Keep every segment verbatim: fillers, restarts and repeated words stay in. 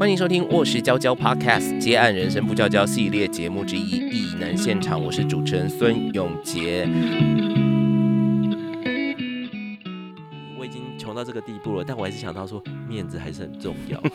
欢迎收听卧室娇娇 Podcast 接案人生不娇娇系列节目之一异能现场，我是主持人孙永杰。 我已经穷到这个地步了，但我还是想到说面子还是很重要。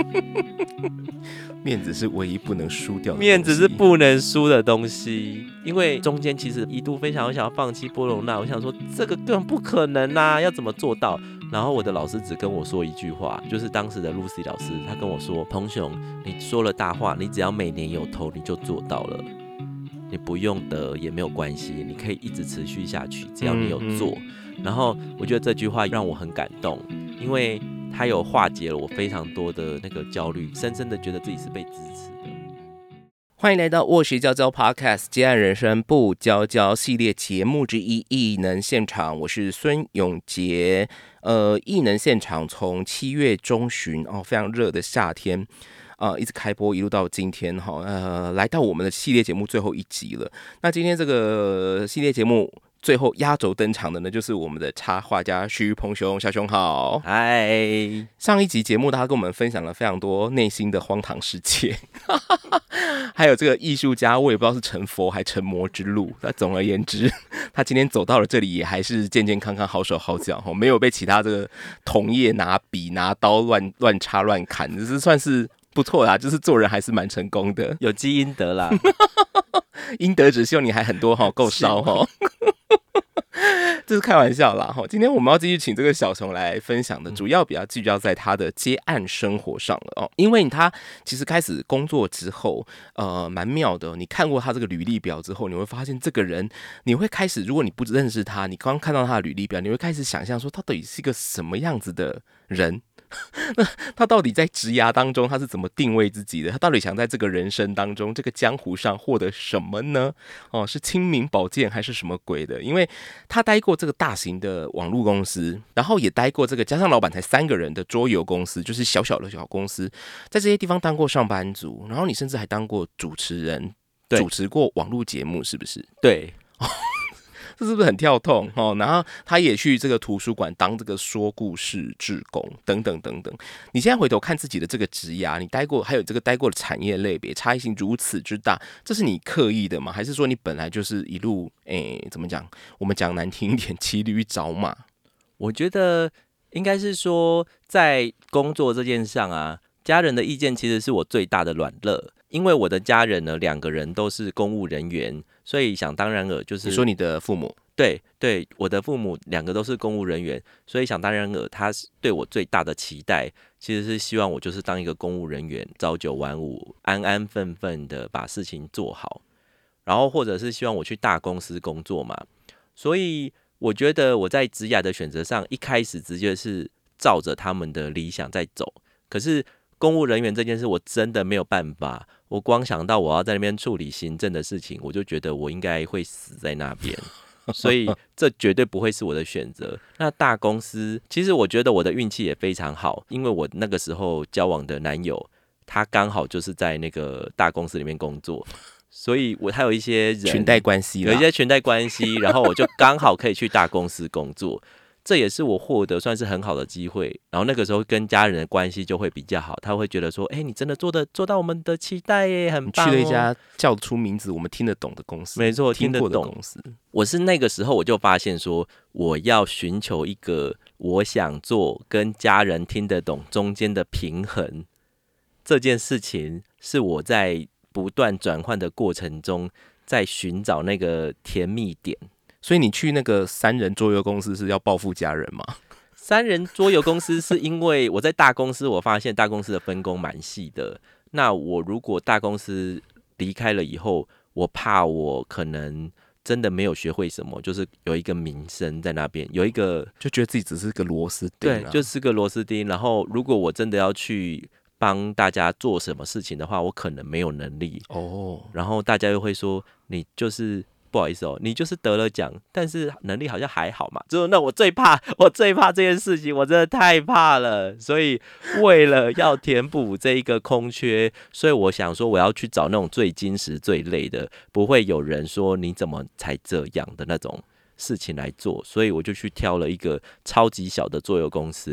面子是唯一不能输掉的东西， 面子是不能输的东西。因为中间其实一度非常想要放弃波隆纳，我想说这个根本不可能啊，要怎么做到？然后我的老师只跟我说一句话，就是当时的 Lucy 老师，他跟我说：“彭雄，你说了大话，你只要每年有投，你就做到了。你不用得也没有关系，你可以一直持续下去，只要你有做。嗯嗯”然后我觉得这句话让我很感动，因为它有化解了我非常多的那个焦虑，深深的觉得自己是被支持的。 欢迎来到卧室娇娇 Podcast 接案人生不娇娇系列节目之一异能现场，我是孙永杰。呃，异能现场从七月中旬哦，非常热的夏天。呃，一直开播一路到今天哈，呃，来到我们的系列节目最后一集了。那今天这个系列节目最后压轴登场的呢，就是我们的插画家徐鹏雄，小熊好， 嗨。 上一集节目他跟我们分享了非常多内心的荒唐世界，还有这个艺术家，我也不知道是成佛还成魔之路。那总而言之，他今天走到了这里，也还是健健康康、好手好脚，没有被其他这个同业拿笔拿刀乱乱插乱砍，这是算是不错啦，就是做人还是蛮成功的， 有积阴德啦。 阴德只希望你还很多哈，够烧哈。这是开玩笑啦哈。今天我们要继续请这个小熊来分享的，主要比较聚焦在他的接案生活上了哦。因为他其实开始工作之后，呃，蛮妙的。你看过他这个履历表之后，你会发现这个人，你会开始，如果你不认识他，你刚看到他的履历表，你会开始想象说，他到底是一个什么样子的人。那他到底在职涯当中他是怎么定位自己的？他到底想在这个人生当中这个江湖上获得什么呢？哦，是亲民保健还是什么鬼的？因为他待过这个大型的网络公司，然后也待过这个加上老板才三个人的桌游公司，就是小小的小公司，在这些地方当过上班族，然后你甚至还当过主持人，主持过网络节目，是不是？ 对。 这是不是很跳痛哦？然后他也去这个图书馆当这个说故事志工等等等等。你现在回头看自己的这个职涯，你待过还有这个待过的产业类别差异性如此之大，这是你刻意的吗？还是说你本来就是一路诶怎么讲？我们讲难听一点，骑驴找马。 我觉得应该是说，在工作这件事上啊，家人的意见其实是我最大的软肋。因为我的家人呢，两个人都是公务人员，所以想当然尔就是。 你说你的父母？ 对对，我的父母两个都是公务人员，所以想当然尔，他对我最大的期待，其实是希望我就是当一个公务人员，朝九晚五，安安分分的把事情做好，然后或者是希望我去大公司工作嘛。所以我觉得我在职涯的选择上，一开始直接是照着他们的理想在走，可是公务人员这件事，我真的没有办法。我光想到我要在那边处理行政的事情，我就觉得我应该会死在那边，所以这绝对不会是我的选择。那大公司，其实我觉得我的运气也非常好，因为我那个时候交往的男友，他刚好就是在那个大公司里面工作，所以我还有一些人裙带关系， 有一些裙带关系，然后我就刚好可以去大公司工作。这也是我获得算是很好的机会，然后那个时候跟家人的关系就会比较好，他会觉得说，哎、欸，你真的做的做到我们的期待耶，很棒、哦。 你去了一家叫出名字我们听得懂的公司， 没错，听得懂的公司。 我是那个时候我就发现说，我要寻求一个我想做跟家人听得懂中间的平衡，这件事情是我在不断转换的过程中，在寻找那个甜蜜点。 所以你去那个三人桌游公司是要报复家人吗？ 三人桌游公司是因为我在大公司，我发现大公司的分工蛮细的。那我如果大公司离开了以后，我怕我可能真的没有学会什么，就是有一个名声在那边，有一个就觉得自己只是个螺丝钉、啊， 对，就是个螺丝钉。然后如果我真的要去帮大家做什么事情的话，我可能没有能力哦。然后大家又会说你就是。不好意思哦，你就是得了奖，但是能力好像还好嘛。就那我最怕，我最怕这件事情，我真的太怕了。所以为了要填补这一个空缺，所以我想说我要去找那种最精实、最累的，不会有人说你怎么才这样的那种事情来做。所以我就去挑了一个超级小的桌游公司，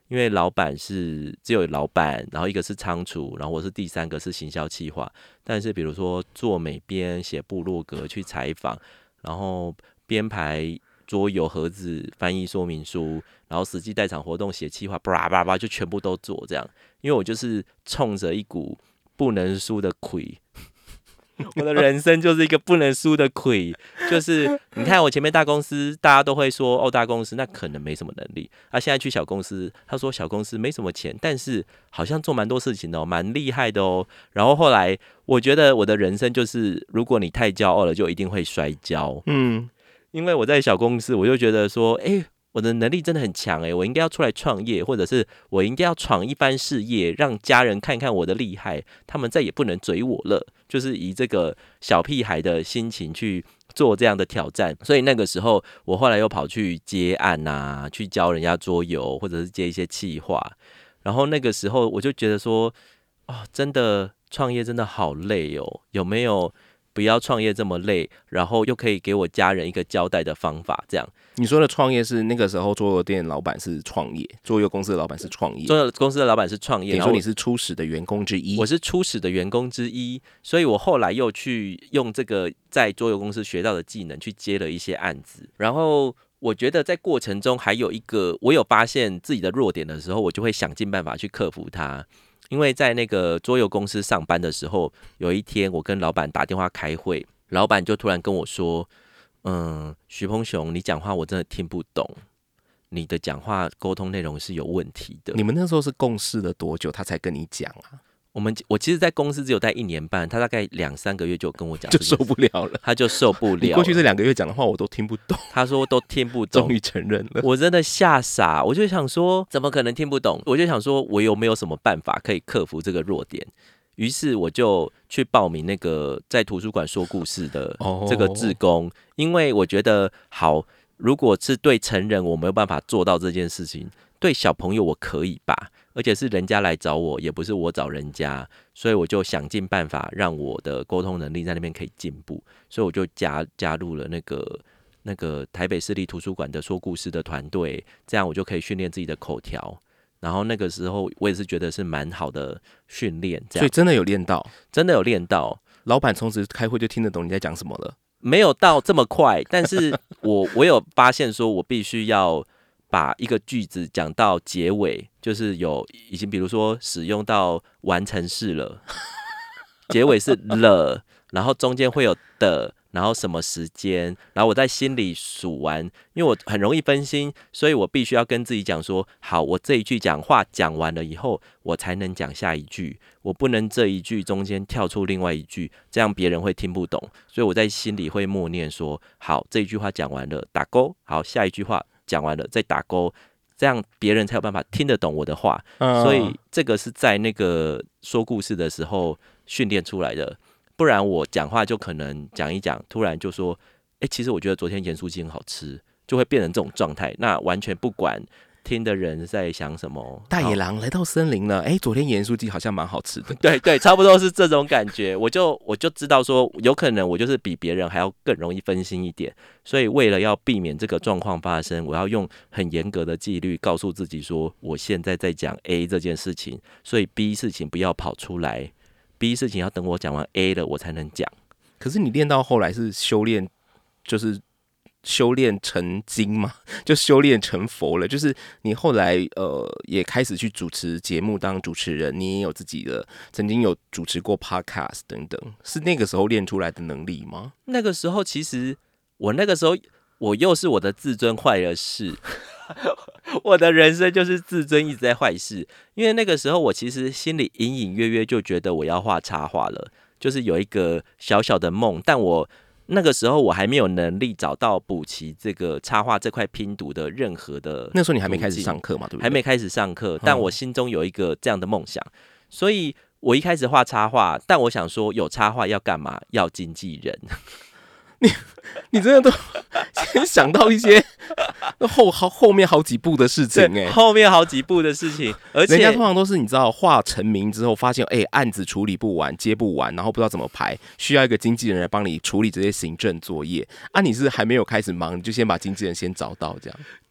因为老板是只有老板，然后一个是仓储，然后我是第三个是行销企划。但是比如说做美编、写部落格、去采访，然后编排桌游盒子、翻译说明书，然后实际带场活动写企划，巴拉巴拉就全部都做这样。因为我就是冲着一股不能输的魁。我的人生就是一个不能输的魁，就是你看我前面大公司，大家都会说哦，大公司那可能没什么能力。他、啊、现在去小公司，他说小公司没什么钱，但是好像做蛮多事情的哦，蛮厉害的哦。然后后来我觉得我的人生就是，如果你太骄傲了，就一定会摔跤。嗯，因为我在小公司，我就觉得说，哎、欸。我的能力真的很强哎，我应该要出来创业，或者是我应该要闯一番事业，让家人看看我的厉害，他们再也不能嘴我了。就是以这个小屁孩的心情去做这样的挑战，所以那个时候我后来又跑去接案啊，去教人家桌游，或者是接一些企划。然后那个时候我就觉得说，哦，真的创业真的好累哦，有没有不要创业这么累，然后又可以给我家人一个交代的方法？这样。 你说的创业是那个时候桌游店老板是创业，桌游公司的老板是创业， 桌游公司的老板是创业。 你说你是初始的员工之一， 我是初始的员工之一，所以我后来又去用这个在桌游公司学到的技能去接了一些案子。然后我觉得在过程中还有一个，我有发现自己的弱点的时候，我就会想尽办法去克服它。因为在那个桌游公司上班的时候，有一天我跟老板打电话开会，老板就突然跟我说，嗯，徐鹏雄，你讲话我真的听不懂，你的讲话沟通内容是有问题的。 你们那时候是共事了多久，他才跟你讲啊？ 我们我其实，在公司只有待一年半，他大概两三个月就跟我讲， 就受不了了， 他就受不了了。 你过去这两个月讲的话，我都听不懂。 他说都听不懂， 终于承认了。 我真的吓傻，我就想说，怎么可能听不懂？我就想说，我有没有什么办法可以克服这个弱点？于是我就去报名那个在图书馆说故事的这个志工，哦、因为我觉得好，如果是对成人我没有办法做到这件事情，对小朋友我可以吧？而且是人家来找我，也不是我找人家，所以我就想尽办法让我的沟通能力在那边可以进步，所以我就加加入了那个那个台北市立图书馆的说故事的团队，这样我就可以训练自己的口条。然后那个时候我也是觉得是蛮好的训练，这样， 所以真的有练到， 真的有练到。 老板从此开会就听得懂你在讲什么了？ 没有到这么快，但是我我有发现说，我必须要把一个句子讲到结尾，就是有已经比如说使用到完成式了，结尾是了，然后中间会有的。然后什么时间，然后我在心里数完，因为我很容易分心，所以我必须要跟自己讲说，好，我这一句讲话讲完了以后，我才能讲下一句，我不能这一句中间跳出另外一句，这样别人会听不懂，所以我在心里会默念说，好，这一句话讲完了，打勾，好，下一句话讲完了，再打勾，这样别人才有办法听得懂我的话，嗯、所以这个是在那个说故事的时候训练出来的。不然我讲话就可能讲一讲，突然就说，哎、欸，其实我觉得昨天盐酥鸡很好吃，就会变成这种状态。那完全不管听的人在想什么。 大野狼来到森林了，哎、欸，昨天盐酥鸡好像蛮好吃的。 对对，差不多是这种感觉。我就我就知道说，有可能我就是比别人还要更容易分心一点。所以为了要避免这个状况发生，我要用很严格的纪律告诉自己说，我现在在讲 A 这件事情，所以 B 事情不要跑出来。B 事情要等我讲完 A 了，我才能讲。 可是你练到后来是修炼，就是修炼成精嘛，就修炼成佛了。就是你后来呃也开始去主持节目当主持人，你也有自己的，曾经有主持过 podcast 等等，是那个时候练出来的能力吗？ 那个时候其实我那个时候我又是我的自尊坏了事。我的人生就是自尊一直在坏事，因为那个时候我其实心里隐隐约约就觉得我要画插画了，就是有一个小小的梦，但我那个时候我还没有能力找到补齐这个插画这块拼图的任何的。 那时候你还没开始上课嘛，对不对？ 还没开始上课，但我心中有一个这样的梦想，所以我一开始画插画，但我想说有插画要干嘛？要经纪人。 你你真的都先想到一些后好后面好几步的事情哎、欸， 后面好几步的事情，而且人家通常都是你知道画成名之后，发现哎、欸、案子处理不完，接不完，然后不知道怎么排，需要一个经纪人来帮你处理这些行政作业啊。你是还没有开始忙，你就先把经纪人先找到这样。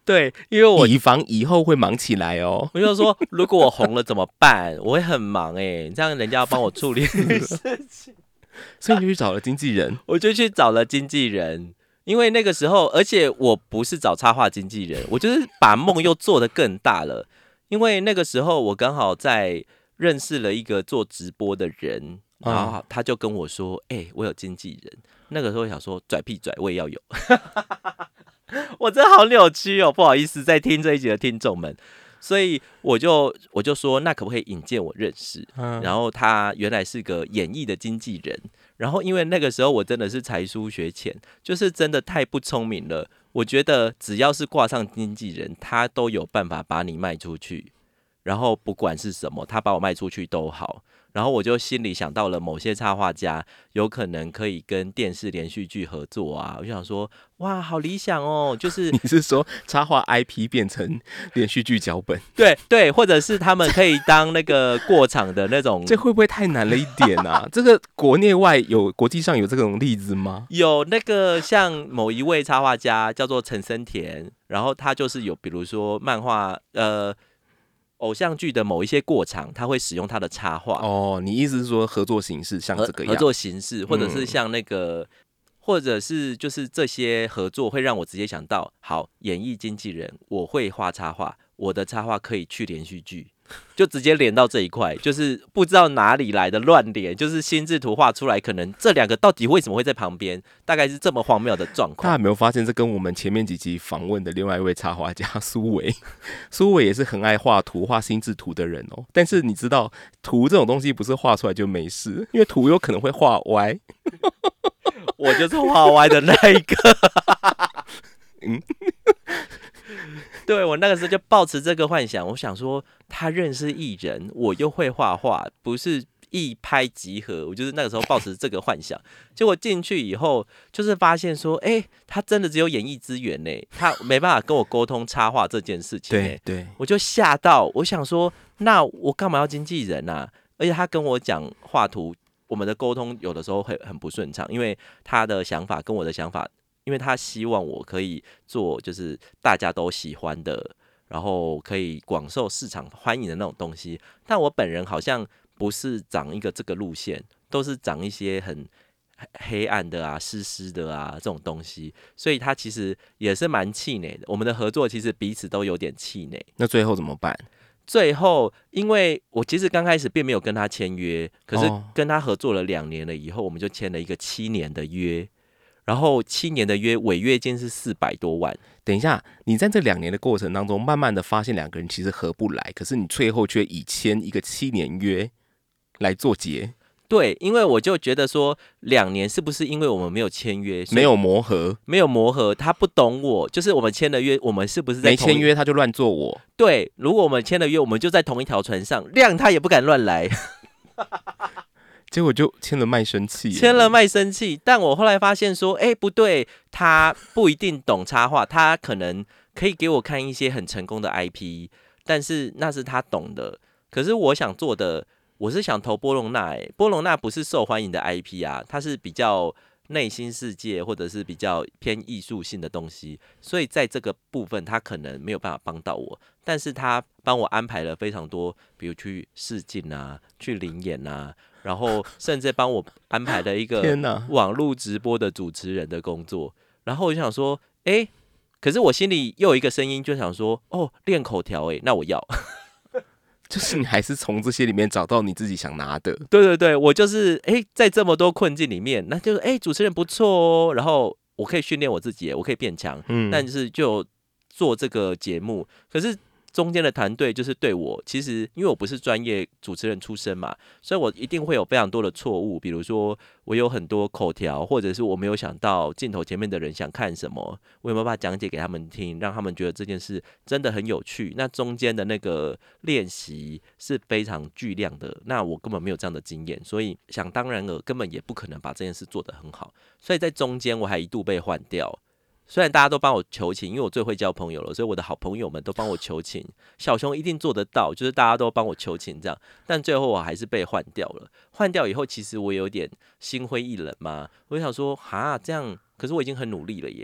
对，因为我以防以后会忙起来哦。 我就说，如果我红了怎么办？我会很忙哎、欸，这样人家要帮我处理事情， 所以你就去找了经纪人， 我就去找了经纪人。因为那个时候，而且我不是找插画经纪人，我就是把梦又做得更大了。因为那个时候我刚好在认识了一个做直播的人，然后他就跟我说：“哎、欸，我有经纪人。”那个时候我想说拽屁拽，我也要有。我真的好扭曲哦，不好意思，在听这一集的听众们。所以我就我就说，那可不可以引荐我认识？嗯、然后他原来是个演艺的经纪人，然后因为那个时候我真的是才疏学浅，就是真的太不聪明了。我觉得只要是挂上经纪人，他都有办法把你卖出去，然后不管是什么，他把我卖出去都好。然后我就心里想到了某些插画家有可能可以跟电视连续剧合作啊，我就想说，哇，好理想哦！就是你是说插画 I P 变成连续剧脚本？ 对对，或者是他们可以当那个过场的那种， 这会不会太难了一点啊？这个国内外有国际上有这种例子吗？ 有那个像某一位插画家叫做陈森田，然后他就是有比如说漫画呃。偶像剧的某一些过场，他会使用他的插画。 哦，你意思是说合作形式像这个样？ 合作形式，或者是像那个，嗯、或者是就是这些合作会让我直接想到，好，演艺经纪人，我会画插画，我的插画可以去连续剧。就直接连到这一块，就是不知道哪里来的乱连，就是心智图画出来，可能这两个到底为什么会在旁边，大概是这么荒谬的状况。 大家有没有发现，这跟我们前面几集访问的另外一位插画家苏伟，苏伟也是很爱画图、画心智图的人哦。但是你知道，图这种东西不是画出来就没事，因为图有可能会画歪。 我就是画歪的那一个。嗯。对，我那个时候就抱持这个幻想，我想说他认识艺人，我又会画画，不是一拍即合。我就是那个时候抱持这个幻想，结果进去以后，就是发现说，哎、欸，他真的只有演艺资源呢，他没办法跟我沟通插画这件事情。 对对， 我就吓到，我想说，那我干嘛要经纪人啊？而且他跟我讲画图，我们的沟通有的时候会很不顺畅，因为他的想法跟我的想法。因为他希望我可以做就是大家都喜欢的，然后可以广受市场欢迎的那种东西，但我本人好像不是长一个这个路线，都是长一些很黑暗的啊、湿湿的啊这种东西，所以他其实也是蛮气馁的。我们的合作其实彼此都有点气馁。 那最后怎么办？ 最后，因为我其实刚开始并没有跟他签约，可是跟他合作了两年了以后，我们就签了一个七年的约。然后七年的约，违约金是四百多万。 等一下，你在这两年的过程当中，慢慢的发现两个人其实合不来，可是你最后却以签一个七年约来做结。 对，因为我就觉得说，两年是不是因为我们没有签约， 没有磨合， 没有磨合，他不懂我，就是我们签了约，我们是不是在没签约他就乱做我？ 对，如果我们签了约，我们就在同一条船上，谅他也不敢乱来。 结果就签了卖身契， 签了卖身契。但我后来发现说，哎、欸，不对，他不一定懂插画，他可能可以给我看一些很成功的 I P， 但是那是他懂的。可是我想做的，我是想投波隆纳，哎，波隆纳不是受欢迎的 I P 啊，它是比较内心世界或者是比较偏艺术性的东西，所以在这个部分他可能没有办法帮到我，但是他帮我安排了非常多，比如去试镜啊，去临演啊。然后甚至帮我安排了一个网络直播的主持人的工作，然后我就想说，哎，可是我心里又有一个声音，就想说，哦，练口条，哎，那我要， 就是你还是从这些里面找到你自己想拿的。 对对对，我就是哎，在这么多困境里面，那就是哎，主持人不错哦，然后我可以训练我自己，我可以变强，嗯，但是就做这个节目，可是。中间的团队就是对我，其实因为我不是专业主持人出身嘛，所以我一定会有非常多的错误，比如说我有很多口条，或者是我没有想到镜头前面的人想看什么，我有没有办法讲解给他们听，让他们觉得这件事真的很有趣。那中间的那个练习是非常巨量的，那我根本没有这样的经验，所以想当然了，根本也不可能把这件事做得很好，所以在中间我还一度被换掉。虽然大家都帮我求情，因为我最会交朋友了，所以我的好朋友们都帮我求情。小熊一定做得到，就是大家都帮我求情这样。但最后我还是被换掉了。换掉以后，其实我有点心灰意冷嘛。我就想说，哈，这样，可是我已经很努力了耶。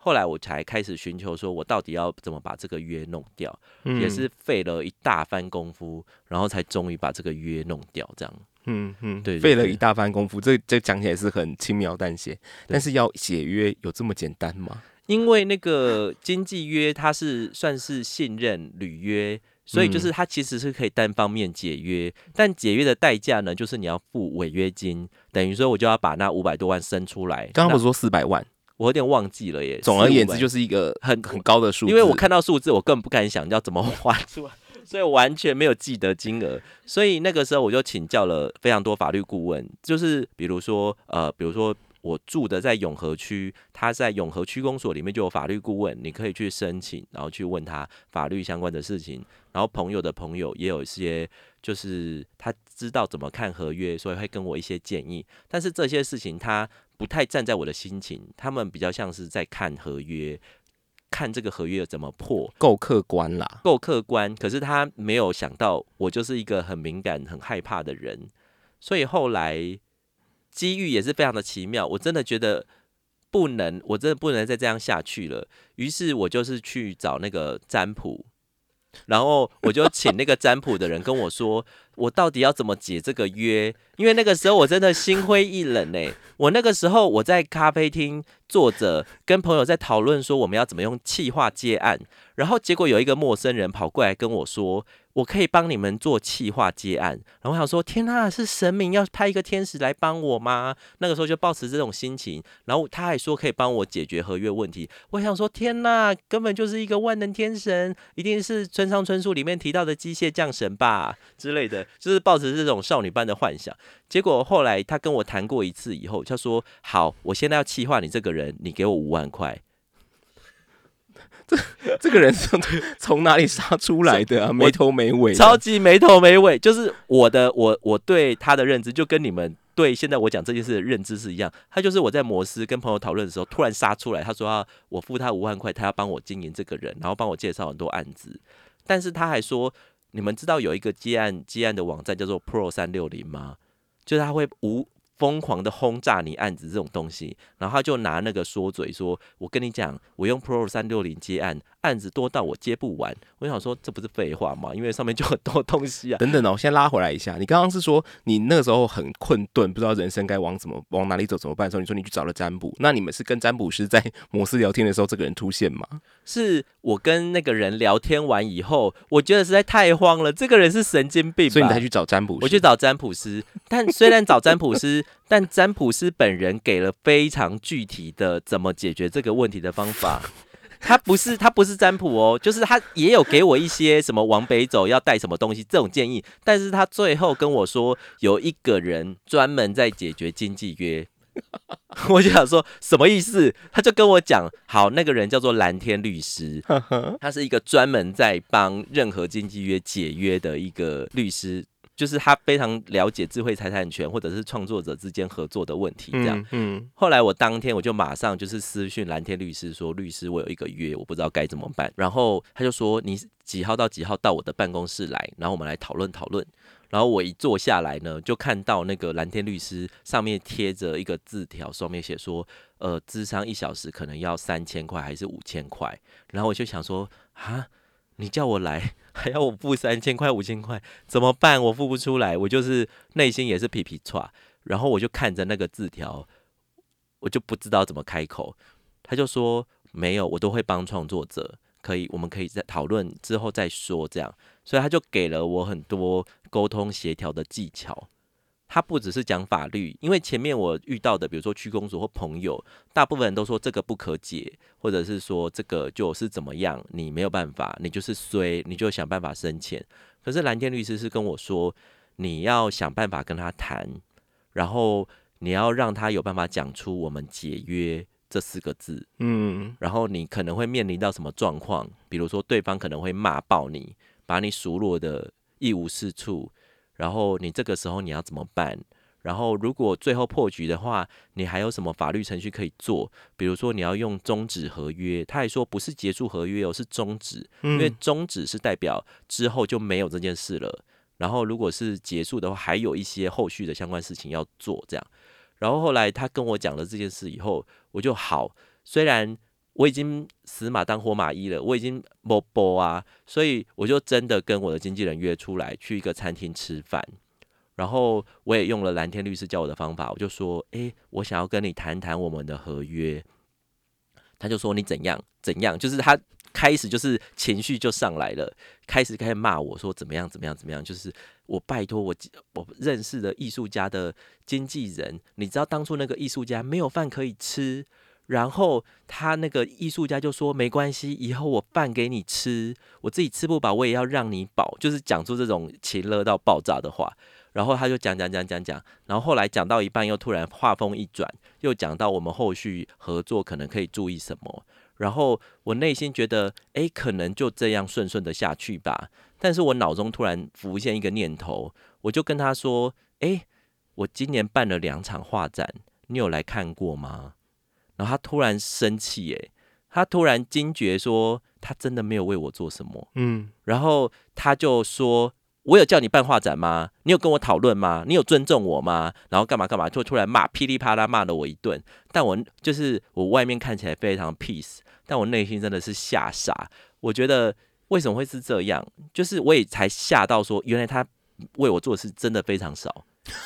后来我才开始寻求说，我到底要怎么把这个约弄掉， 嗯也是费了一大番功夫，然后才终于把这个约弄掉，这样。 嗯嗯， 对对费了一大番功夫，这这讲起来是很轻描淡写，但是要写约有这么简单吗？ 因为那个经纪约它是算是信任履约，所以就是它其实是可以单方面解约，嗯、但解约的代价呢，就是你要付违约金，等于说我就要把那五百多万生出来。 刚刚不是说四百万？ 我有点忘记了耶。 总而言之，就是一个很很高的数字。 因为我看到数字，我根本不敢想要怎么还出来，所以我完全没有记得金额。所以那个时候我就请教了非常多法律顾问，就是比如说呃，比如说。我住的在永和区，他在永和区公所里面就有法律顾问，你可以去申请，然后去问他法律相关的事情。然后朋友的朋友也有一些，就是他知道怎么看合约，所以会跟我一些建议。但是这些事情他不太站在我的心情，他们比较像是在看合约，看这个合约怎么破， 够客观啦， 够客观。可是他没有想到我就是一个很敏感、很害怕的人，所以后来。机遇也是非常的奇妙，我真的觉得不能，我真的不能再这样下去了。于是我就是去找那个占卜，然后我就请那个占卜的人跟我说，我到底要怎么解这个约？因为那个时候我真的心灰意冷哎、欸，我那个时候我在咖啡厅坐着，跟朋友在讨论说我们要怎么用企划接案，然后结果有一个陌生人跑过来跟我说。我可以帮你们做企划接案，然后我想说，天啊，是神明要派一个天使来帮我吗？那个时候就抱持这种心情，然后他还说可以帮我解决合约问题。我想说，天哪，根本就是一个万能天神，一定是村上春树里面提到的机械降神吧之类的，就是抱持这种少女般的幻想。结果后来他跟我谈过一次以后，他说好，我现在要企划你这个人，你给我五万块。 这这个人从从哪里杀出来的啊？没头没尾， 超级没头没尾。就是我的我我对他的认知，就跟你们对现在我讲这件事的认知是一样。他就是我在摩斯跟朋友讨论的时候，突然杀出来，他说要我付他五万块，他要帮我经营这个人，然后帮我介绍很多案子。但是他还说，你们知道有一个接案接案的网站叫做 Pro 三六零吗？就是他会无。疯狂的轰炸你案子这种东西，然后他就拿那个说嘴说：“我跟你讲，我用 Pro 三六零接案，案子多到我接不完。”我想说，这不是废话吗？因为上面就很多东西啊。 等等哦，先拉回来一下，你刚刚是说你那个时候很困顿，不知道人生该往怎么往哪里走怎么办的时候，你说你去找了占卜，那你们是跟占卜师在摩斯聊天的时候，这个人出现吗？ 是我跟那个人聊天完以后，我觉得实在太慌了，这个人是神经病吧， 所以你才去找占卜师。 我去找占卜师，但虽然找占卜师。但占卜师本人给了非常具体的怎么解决这个问题的方法，他不是他不是占卜哦，就是他也有给我一些什么往北走要带什么东西这种建议，但是他最后跟我说有一个人专门在解决经纪约，我就想说什么意思？他就跟我讲，好，那个人叫做蓝天律师，他是一个专门在帮任何经纪约解约的一个律师。就是他非常了解智慧财产权或者是创作者之间合作的问题，这样。嗯嗯、后来我当天我就马上就是私讯蓝天律师说，律师我有一个约，我不知道该怎么办。然后他就说你几号到几号到我的办公室来，然后我们来讨论讨论。然后我一坐下来呢，就看到那个蓝天律师上面贴着一个字条，上面写说，呃，諮商一小时可能要三千块还是五千块。然后我就想说，啊。你叫我来，还要我付三千块、五千块，怎么办？我付不出来，我就是内心也是皮皮剉。然后我就看着那个字条，我就不知道怎么开口。他就说没有，我都会帮创作者，可以，我们可以在讨论之后再说这样。所以他就给了我很多沟通协调的技巧。他不只是讲法律，因为前面我遇到的，比如说区公所或朋友，大部分人都说这个不可解，或者是说这个就是怎么样，你没有办法，你就是衰，你就想办法升迁。可是蓝天律师是跟我说，你要想办法跟他谈，然后你要让他有办法讲出我们解约这四个字，嗯，然后你可能会面临到什么状况，比如说对方可能会骂爆你，把你数落的一无是处。然后你这个时候你要怎么办？然后如果最后破局的话，你还有什么法律程序可以做？比如说你要用终止合约，他还说不是结束合约哦，是终止，因为终止是代表之后就没有这件事了。然后如果是结束的话，还有一些后续的相关事情要做，这样。然后后来他跟我讲了这件事以后，我就好，虽然我已经死马当活马医了，我已经没播啊，所以我就真的跟我的经纪人约出来去一个餐厅吃饭。然后我也用了蓝天律师教我的方法，我就说，哎，我想要跟你谈谈我们的合约。他就说你怎样怎样，就是他开始就是情绪就上来了，开始开始骂我说怎么样怎么样怎么样，就是我拜托我我认识的艺术家的经纪人，你知道当初那个艺术家没有饭可以吃，然后他那个艺术家就说没关系，以后我饭给你吃，我自己吃不饱我也要让你饱，就是讲出这种情勒到爆炸的话。然后他就讲讲讲讲讲，然后后来讲到一半又突然话锋一转，又讲到我们后续合作可能可以注意什么。然后我内心觉得，哎，可能就这样顺顺的下去吧。但是我脑中突然浮现一个念头，我就跟他说，哎，我今年办了两场画展，你有来看过吗？然后他突然生气，哎，他突然惊觉说，他真的没有为我做什么。嗯，然后他就说，我有叫你办画展吗？你有跟我讨论吗？你有尊重我吗？然后干嘛干嘛，就突然骂，噼里啪啦骂了我一顿。但我就是我外面看起来非常 peace， 但我内心真的是吓傻。我觉得为什么会是这样？就是我也才吓到说，原来他为我做的事真的非常少。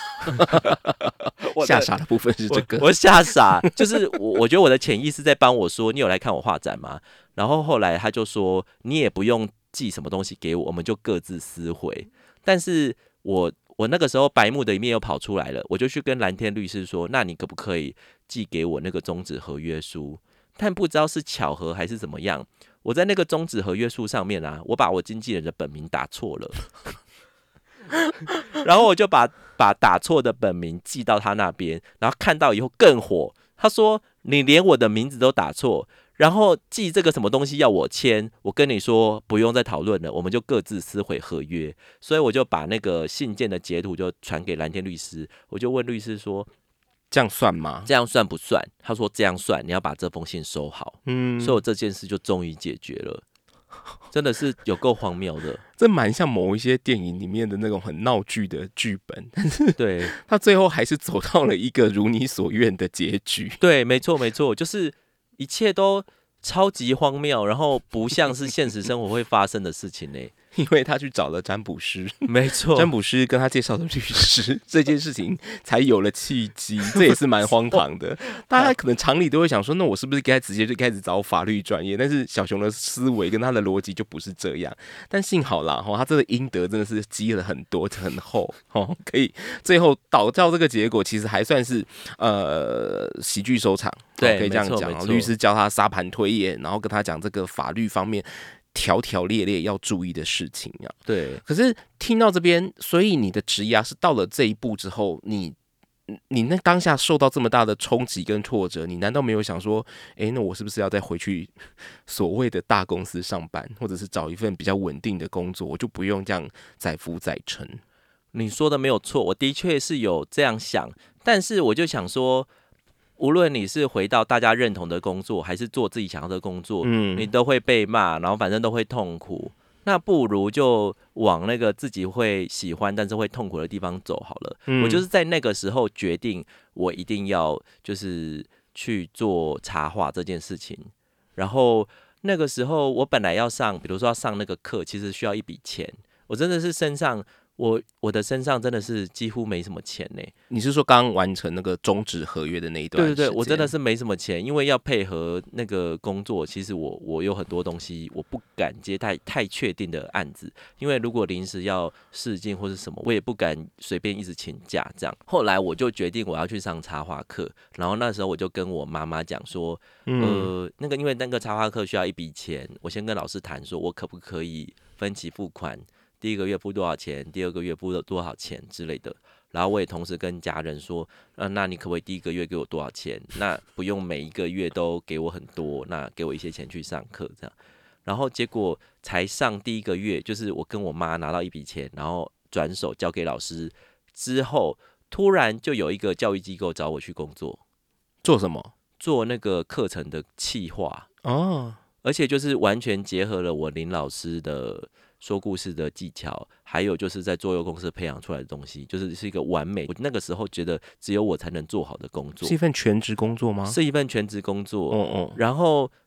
吓傻的部分是这个， 我, 我吓傻，就是我我觉得我的潜意识在帮我说，你有来看我画展吗？然后后来他就说，你也不用寄什么东西给我，我们就各自撕毁。但是我我那个时候白目的一面又跑出来了，我就去跟蓝天律师说，那你可不可以寄给我那个终止合约书？但不知道是巧合还是怎么样，我在那个终止合约书上面啊，我把我经纪人的本名打错了。然后我就把把打错的本名寄到他那边，然后看到以后更火，他说你连我的名字都打错，然后寄这个什么东西要我签，我跟你说不用再讨论了，我们就各自撕毁合约。所以我就把那个信件的截图就传给蓝天律师，我就问律师说， 这样算吗？ 这样算不算？他说这样算，你要把这封信收好。嗯，所以我这件事就终于解决了。真的是有够荒谬的， 这蛮像某一些电影里面的那种很闹剧的剧本，但是对他最后还是走到了一个如你所愿的结局。 对，没错没错，就是一切都超级荒谬，然后不像是现实生活会发生的事情呢。 因为他去找了占卜师， 没错， 占卜师跟他介绍的律师，这件事情才有了契机，这也是蛮荒唐的。大家可能常理都会想说，那我是不是该直接就开始找法律专业？但是小熊的思维跟他的逻辑就不是这样。但幸好啦，他这个阴德真的是积了很多很厚，可以最后导到这个结果，其实还算是呃喜剧收场。 对， 可以这样讲。律师教他沙盘推演，然后跟他讲这个法律方面条条列列要注意的事情啊。 对， 可是听到这边，所以你的职涯是到了这一步之后，你你那当下受到这么大的冲击跟挫折，你难道没有想说，哎，那我是不是要再回去所谓的大公司上班，或者是找一份比较稳定的工作，我就不用这样载浮载沉？ 你说的没有错，我的确是有这样想，但是我就想说，无论你是回到大家认同的工作，还是做自己想要的工作，嗯，你都会被骂，然后反正都会痛苦。那不如就往那个自己会喜欢但是会痛苦的地方走好了。嗯，我就是在那个时候决定，我一定要就是去做插画这件事情。然后那个时候我本来要上，比如说要上那个课，其实需要一笔钱，我真的是身上。我我的身上真的是几乎没什么钱呢。 你是说刚完成那个终止合约的那一段时间？ 对对对，我真的是没什么钱，因为要配合那个工作，其实我我有很多东西我不敢接太太确定的案子，因为如果临时要试镜或是什么，我也不敢随便一直请假这样。后来我就决定我要去上插画课，然后那时候我就跟我妈妈讲说，嗯、呃，那个因为那个插画课需要一笔钱，我先跟老师谈说，我可不可以分期付款？第一个月付多少钱，第二个月付了多少钱之类的，然后我也同时跟家人说，呃，那你可不可以第一个月给我多少钱？那不用每一个月都给我很多，那给我一些钱去上课这样。然后结果才上第一个月，就是我跟我妈拿到一笔钱，然后转手交给老师之后，突然就有一个教育机构找我去工作， 做什么？ 做那个课程的企划哦，而且就是完全结合了我林老师的说故事的技巧，还有就是在桌游公司培养出来的东西，就是是一个完美。我那个时候觉得只有我才能做好的工作， 是一份全职工作吗？ 是一份全职工作。嗯嗯。然后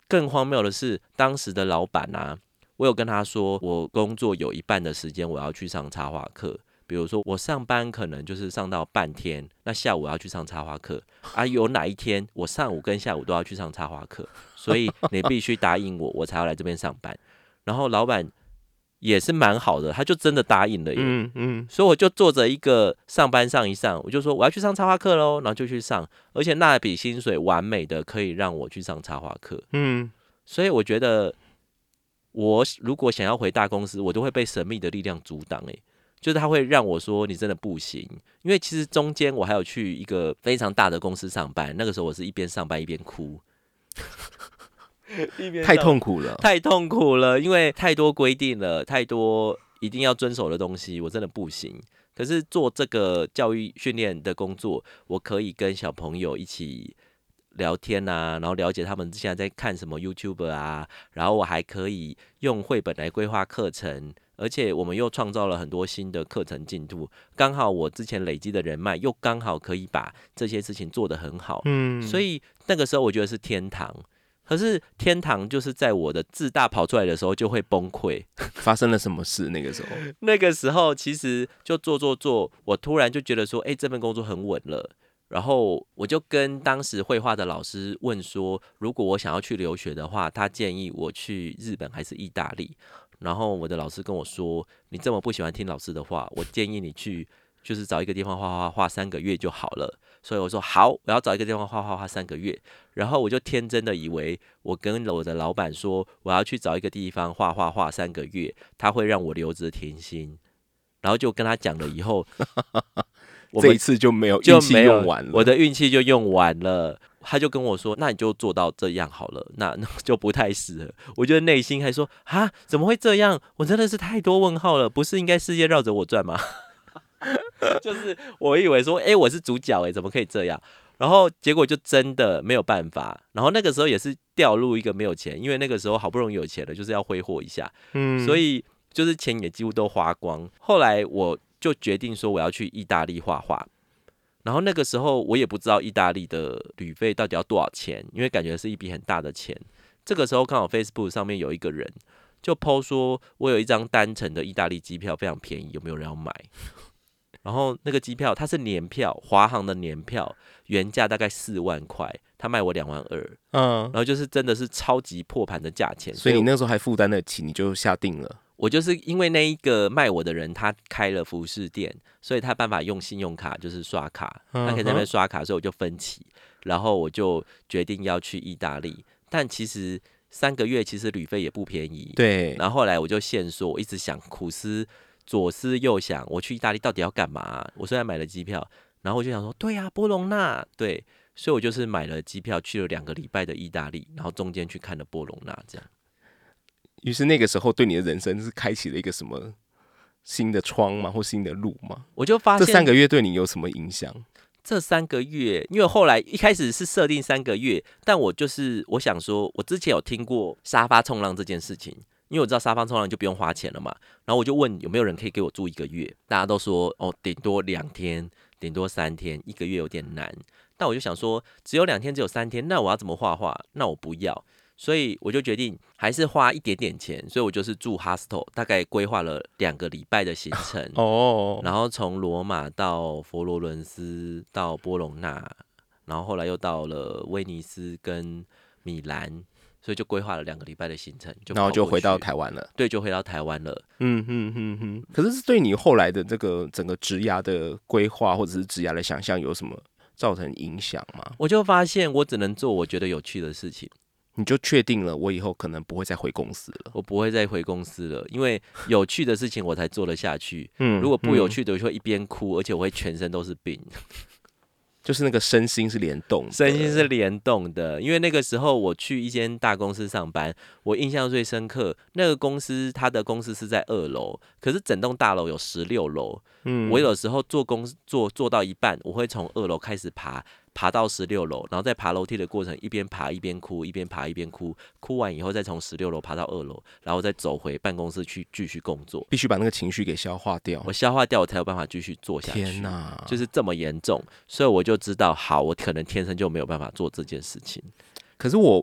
更荒谬的是，当时的老板啊，我有跟他说，我工作有一半的时间我要去上插画课。比如说我上班可能就是上到半天，那下午我要去上插画课啊，有哪一天我上午跟下午都要去上插画课，所以你必须答应我，我才要来这边上班。然后老板也是蛮好的，他就真的答应了耶。嗯嗯，所以我就坐着一个上班上一上，我就说我要去上插画课咯，然后就去上，而且那笔薪水完美的可以让我去上插画课。嗯，所以我觉得我如果想要回大公司，我都会被神秘的力量阻挡耶。就是他会让我说你真的不行，因为其实中间我还有去一个非常大的公司上班，那个时候我是一边上班一边哭， 太痛苦了， 太痛苦了，因为太多规定了，太多一定要遵守的东西，我真的不行。可是做这个教育训练的工作，我可以跟小朋友一起聊天啊，然后了解他们现在在看什么 YouTube 啊，然后我还可以用绘本来规划课程。而且我们又创造了很多新的课程进度，刚好我之前累积的人脉又刚好可以把这些事情做得很好，嗯，所以那个时候我觉得是天堂。可是天堂就是在我的自大跑出来的时候就会崩溃。 发生了什么事？那个时候， 那个时候其实就做做做，我突然就觉得说，哎、欸，这份工作很稳了。然后我就跟当时绘画的老师问说，如果我想要去留学的话，他建议我去日本还是意大利？然后我的老师跟我说，你这么不喜欢听老师的话，我建议你去就是找一个地方画画画三个月就好了。所以我说好，我要找一个地方画画画三个月。然后我就天真的以为我跟我的老板说我要去找一个地方画画画三个月，他会让我留职停薪。然后就跟他讲了以后， 我这一次就没有运气用完了， 我的运气就用完了。他就跟我说，那你就做到这样好了，那那就不太适合。我觉得内心还说啊，怎么会这样？我真的是太多问号了，不是应该世界绕着我转吗？就是我以为说，哎、欸，我是主角哎、欸，怎么可以这样？然后结果就真的没有办法。然后那个时候也是掉入一个没有钱，因为那个时候好不容易有钱了，就是要挥霍一下，嗯，所以就是钱也几乎都花光。后来我就决定说，我要去意大利画画。然后那个时候我也不知道意大利的旅费到底要多少钱，因为感觉是一笔很大的钱。这个时候刚好 Facebook 上面有一个人就 po 说，我有一张单程的意大利机票非常便宜，有没有人要买？然后那个机票它是年票，华航的年票，原价大概四万块，他卖我两万二，嗯，然后就是真的是超级破盘的价钱， 所以你那时候还负担得起，你就下定了。 我就是因为那一个卖我的人，他开了服饰店，所以他办法用信用卡，就是刷卡，他可以在那边刷卡，所以我就分期，然后我就决定要去意大利。但其实三个月其实旅费也不便宜， 对。 然后后来我就限缩，我一直想苦思左思右想，我去意大利到底要干嘛？我虽然买了机票，然后我就想说，对呀、啊，波隆纳，对，所以我就是买了机票去了两个礼拜的意大利，然后中间去看了波隆纳，这样。 于是那个时候对你的人生是开启了一个什么新的窗吗，或新的路吗？ 我就发现这三个月对你有什么影响？ 这三个月，因为后来一开始是设定三个月，但我就是我想说，我之前有听过沙发冲浪这件事情，因为我知道沙发冲浪就不用花钱了嘛，然后我就问有没有人可以给我住一个月，大家都说哦，顶多两天，顶多三天，一个月有点难。但我就想说，只有两天，只有三天，那我要怎么画画？那我不要。所以我就决定还是花一点点钱，所以我就是住 hostel， 大概规划了两个礼拜的行程哦，然后从罗马到佛罗伦斯到波隆纳，然后后来又到了威尼斯跟米兰，所以就规划了两个礼拜的行程，就然后就回到台湾了。 对，就回到台湾了。 嗯哼哼哼。可是对你后来的这个整个职涯的规划或者是职涯的想象有什么造成影响吗？ 我就发现我只能做我觉得有趣的事情。 你就确定了，我以后可能不会再回公司了。 我不会再回公司了，因为有趣的事情我才做得下去。嗯，如果不有趣的，我就会一边哭，而且我会全身都是病。 就是那个身心是联动的， 身心是联动的。因为那个时候我去一间大公司上班，我印象最深刻，那个公司它的公司是在二楼，可是整栋大楼有十六楼。嗯，我有时候做公做做到一半，我会从二楼开始爬。爬到十六楼，然后在爬楼梯的过程，一边爬一边哭，一边爬一边哭，哭完以后再从十六楼爬到二楼，然后再走回办公室去继续工作。 必须把那个情绪给消化掉， 我消化掉，我才有办法继续做下去。 天哪， 就是这么严重，所以我就知道，好，我可能天生就没有办法做这件事情。 可是我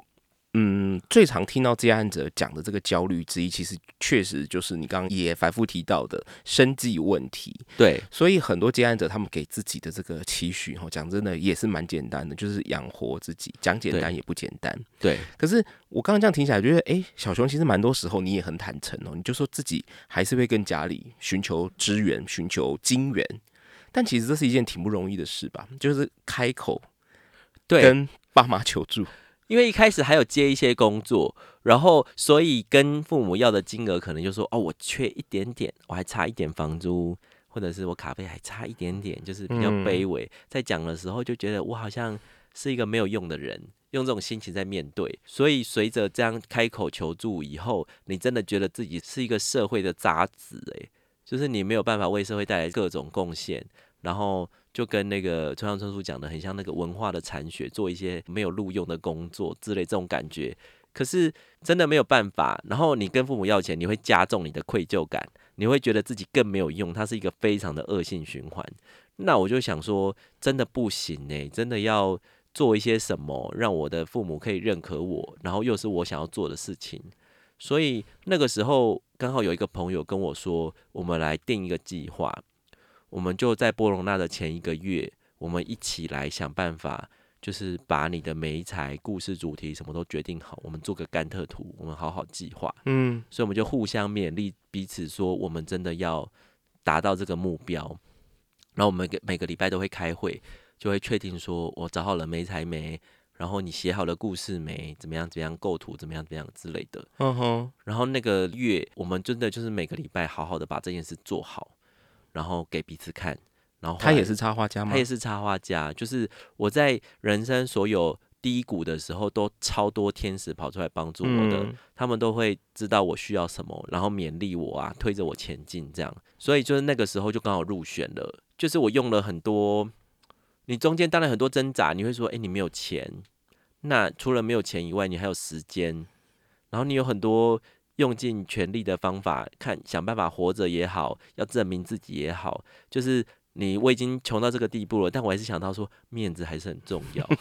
嗯，最常听到接案者讲的这个焦虑之一，其实确实就是你刚刚也反复提到的生计问题。 对， 所以很多接案者他们给自己的这个期许，讲真的也是蛮简单的，就是养活自己。讲简单也不简单。 对。 可是我刚刚这样听起来，觉得哎，小熊其实蛮多时候你也很坦诚哦，你就说自己还是会跟家里寻求支援、寻求金援。但其实这是一件挺不容易的事吧，就是开口跟爸妈求助。 因为一开始还有接一些工作，然后所以跟父母要的金额可能就说哦，我缺一点点，我还差一点房租，或者是我卡费还差一点点，就是比较卑微。嗯、在讲的时候就觉得我好像是一个没有用的人，用这种心情在面对。所以随着这样开口求助以后，你真的觉得自己是一个社会的渣子，哎，就是你没有办法为社会带来各种贡献，然后。就跟那个村上春树讲的很像，那个文化的残血，做一些没有录用的工作之类这种感觉。可是真的没有办法，然后你跟父母要钱，你会加重你的愧疚感，你会觉得自己更没有用，它是一个非常的恶性循环。那我就想说，真的不行欸，真的要做一些什么，让我的父母可以认可我，然后又是我想要做的事情。所以那个时候刚好有一个朋友跟我说，我们来定一个计划。我们就在波隆纳的前一个月，我们一起来想办法，就是把你的媒材、故事主题什么都决定好，我们做个甘特图，我们好好计划。嗯，所以我们就互相勉励彼此，说我们真的要达到这个目标。然后我们每个礼拜都会开会，就会确定说我找好了媒材没，然后你写好了故事没，怎么样怎么样构图，怎么样怎么样之类的。嗯哼。然后那个月，我们真的就是每个礼拜好好的把这件事做好。然后给彼此看，然后他也是插画家吗？ 他也是插画家，就是我在人生所有低谷的时候，都超多天使跑出来帮助我的，嗯、他们都会知道我需要什么，然后勉励我啊，推着我前进这样。所以就是那个时候就刚好入选了，就是我用了很多，你中间当然很多挣扎，你会说，哎，你没有钱，那除了没有钱以外，你还有时间，然后你有很多。用尽全力的方法，看想办法活着也好，要证明自己也好，就是你我已经穷到这个地步了，但我还是想到说，面子还是很重要。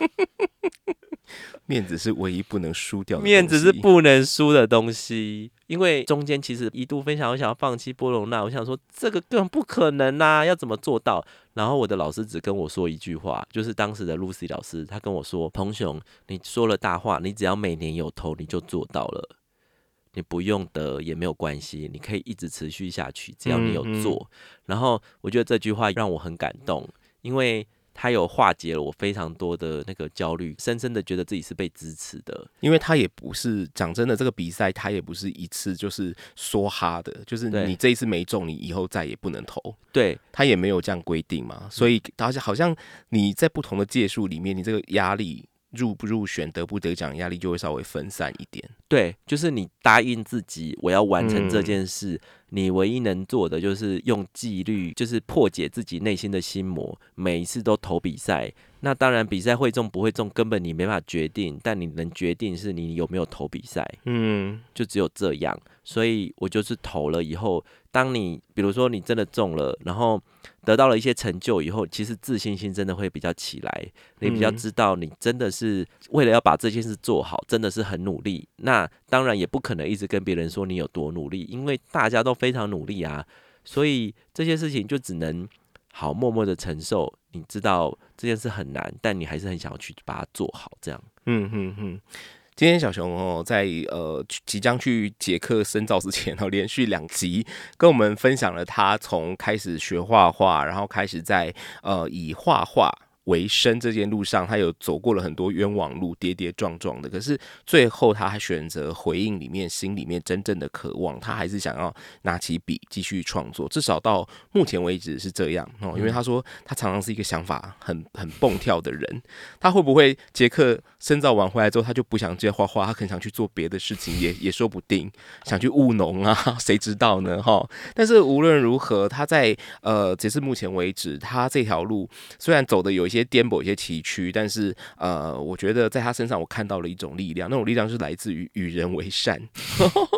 面子是唯一不能输掉的东西， 面子是不能输的东西。因为中间其实一度分享，我想要放弃波隆纳，我想说这个根本不可能啊，要怎么做到？然后我的老师只跟我说一句话，就是当时的 Lucy 老师，他跟我说：“彭雄，你说了大话，你只要每年有投，你就做到了。”你不用得也没有关系，你可以一直持续下去，只要你有做。嗯嗯、然后我觉得这句话让我很感动，因为他有化解了我非常多的那个焦虑，深深的觉得自己是被支持的。 因为他也不是讲真的，这个比赛他也不是一次就是说哈的，就是你这一次没中，你以后再也不能投。 对， 他也没有这样规定嘛，所以好像你在不同的届数里面，你这个压力。入不入选得不得奖压力就会稍微分散一点。 对，就是你答应自己我要完成这件事、嗯、你唯一能做的就是用纪律，就是破解自己内心的心魔，每一次都投比赛。那当然比赛会中不会中根本你没办法决定，但你能决定是你有没有投比赛。嗯，就只有这样。所以我就是投了以后，当你比如说你真的中了，然后得到了一些成就以后，其实自信心真的会比较起来，你比较知道你真的是为了要把这件事做好，真的是很努力。那当然也不可能一直跟别人说你有多努力，因为大家都非常努力啊，所以这些事情就只能好默默的承受。你知道这件事很难，但你还是很想要去把它做好，这样。 嗯嗯嗯。今天小熊哦，在呃即将去捷克深造之前哦，连续两集跟我们分享了他从开始学画画，然后开始在呃以画画为生这件路上，他有走过了很多冤枉路，跌跌撞撞的。可是最后他还选择回应里面心里面真正的渴望，他还是想要拿起笔继续创作，至少到目前为止是这样哦。因为他说他常常是一个想法很很蹦跳的人，他会不会捷克深造完回来之后，他就不想接画画，他可能想去做别的事情，也也说不定，想去务农啊，谁知道呢？哈。但是无论如何，他在呃截至目前为止，他这条路虽然走的有一些。一些颠簸，一些崎岖，但是呃，我觉得在他身上我看到了一种力量，那种力量是来自于与人为善。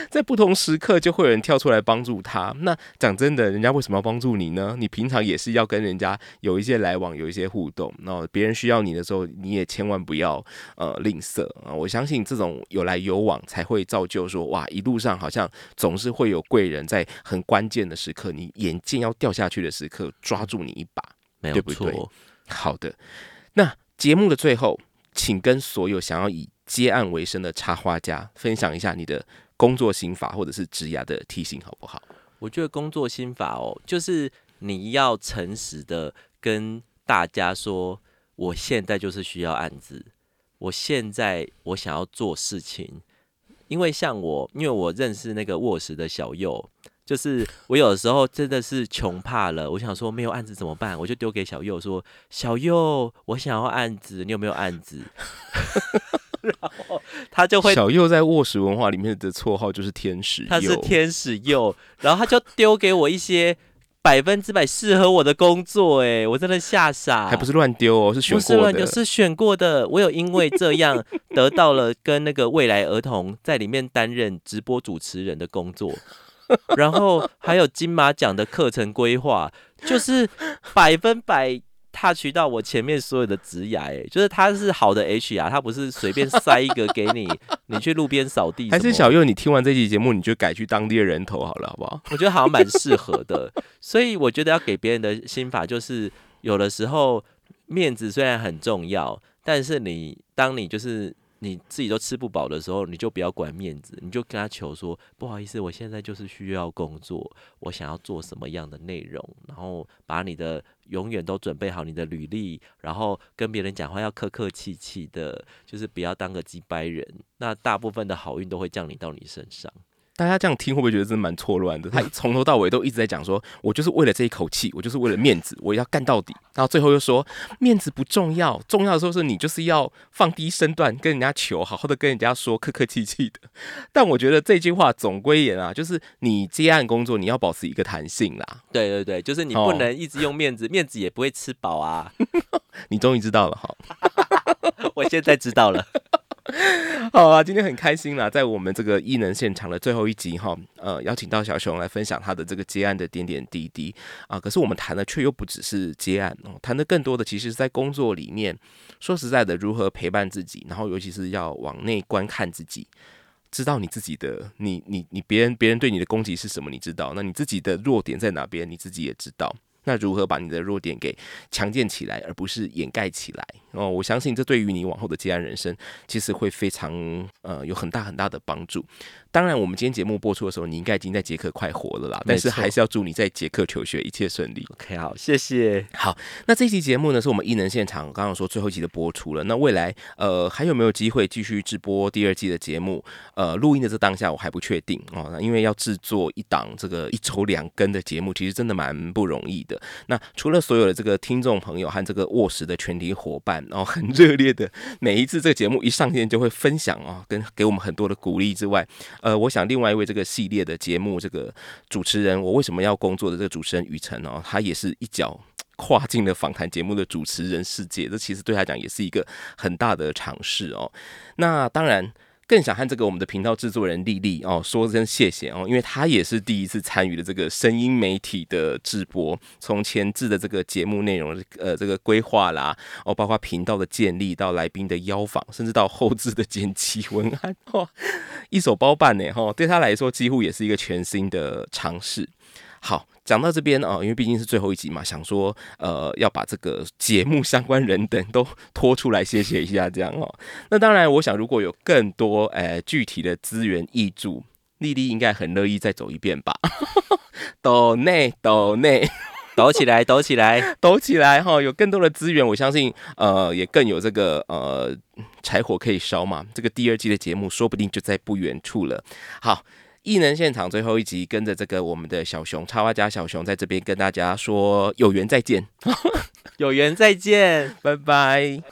在不同时刻就会有人跳出来帮助他。那讲真的，人家为什么要帮助你呢？你平常也是要跟人家有一些来往，有一些互动。然后别人需要你的时候，你也千万不要呃吝啬啊！我相信这种有来有往，才会造就说哇，一路上好像总是会有贵人在很关键的时刻，你眼镜要掉下去的时刻抓住你一把， 没有错， 对不对？好的，那节目的最后，请跟所有想要以接案为生的插画家分享一下你的工作心法或者是职涯的提醒，好不好？ 我觉得工作心法哦，就是你要诚实的跟大家说，我现在就是需要案子，我现在我想要做事情。因为像我，因为我认识那个沃石的小佑，就是我有的时候真的是穷怕了，我想说没有案子怎么办，我就丢给小佑说：“小佑，我想要案子，你有没有案子？”然后他就会， 小佑在沃石文化里面的绰号就是天使佑， 他是天使佑，然后他就丢给我一些百分之百适合我的工作，哎，我真的吓傻， 还不是乱丢哦，是选过的， 不是乱丢，是选过的。我有因为这样得到了跟那个未来儿童在里面担任直播主持人的工作，然后还有金马奖的课程规划，就是百分百touch到我前面所有的职涯，哎，就是他是好的 H R， 他不是随便塞一个给你，你去路边扫地。还是小佑，你听完这期节目，你就改去当猎人头好了，好不好？ 我觉得好像蛮适合的，所以我觉得要给别人的心法就是，有的时候面子虽然很重要，但是你当你就是你自己都吃不饱的时候，你就不要管面子，你就跟他求说，不好意思，我现在就是需要工作，我想要做什么样的内容，然后把你的永远都准备好你的履历，然后跟别人讲话要客客气气的，就是不要当个鸡掰人，那大部分的好运都会降临到你身上。 大家这样听会不会觉得真的蛮错乱的？他从头到尾都一直在讲说，我就是为了这一口气，我就是为了面子，我要干到底。然后最后又说，面子不重要，重要的时候是你就是要放低身段跟人家求，好好的跟人家说，客客气气的。但我觉得这句话总归言啊，就是你接案工作，你要保持一个弹性啦。 对对对，就是你不能一直用面子，哦、面子也不会吃饱啊。 你终于知道了哈， 我现在知道了。 好啊，今天很开心啦，在我们这个艺能现场的最后一集哈，呃，邀请到小熊来分享他的这个接案的点点滴滴啊。可是我们谈的却又不只是接案哦，谈的更多的其实是在工作里面，说实在的，如何陪伴自己，然后尤其是要往内观看自己，知道你自己的，你你你别人别人对你的攻击是什么，你知道，那你自己的弱点在哪边，你自己也知道。那如何把你的弱点给强健起来，而不是掩盖起来哦？我相信这对于你往后的接案人生，其实会非常呃有很大很大的帮助。当然，我们今天节目播出的时候，你应该已经在捷克快活了啦。但是还是要祝你在捷克求学一切顺利。 OK， 好，谢谢。 好，那这一期节目呢，是我们艺能现场刚刚说最后一集的播出了。那未来呃还有没有机会继续直播第二季的节目？呃，录音的这当下我还不确定哦，因为要制作一档这个一周两更的节目，其实真的蛮不容易的。那除了所有的这个听众朋友和这个沃石的全体伙伴，然后很热烈的每一次这个节目一上线就会分享啊，跟给我们很多的鼓励之外，呃，我想另外一位这个系列的节目这个主持人，我为什么要工作的这个主持人雨辰哦，他也是一脚跨进了访谈节目的主持人世界，这其实对他讲也是一个很大的尝试哦。那当然。更想和这个我们的频道制作人丽丽哦说声谢谢哦，因为她也是第一次参与了这个声音媒体的直播，从前置的这个节目内容呃这个规划啦，哦包括频道的建立到来宾的邀访，甚至到后置的剪辑文案，哦一手包办呢哈，对她来说几乎也是一个全新的尝试。好，讲到这边哦，因为毕竟是最后一集嘛，想说呃要把这个节目相关人等都拖出来谢谢一下，这样哦。那当然，我想如果有更多呃具体的资源挹注，丽丽应该很乐意再走一遍吧。抖内抖内。 抖起来，抖起来， 抖起来哈！有更多的资源，我相信，呃，也更有这个呃柴火可以烧嘛。这个第二季的节目，说不定就在不远处了。好。艺能现场最后一集，跟着这个我们的小熊插画家小熊在这边跟大家说有缘再见， 有缘再见， 拜拜。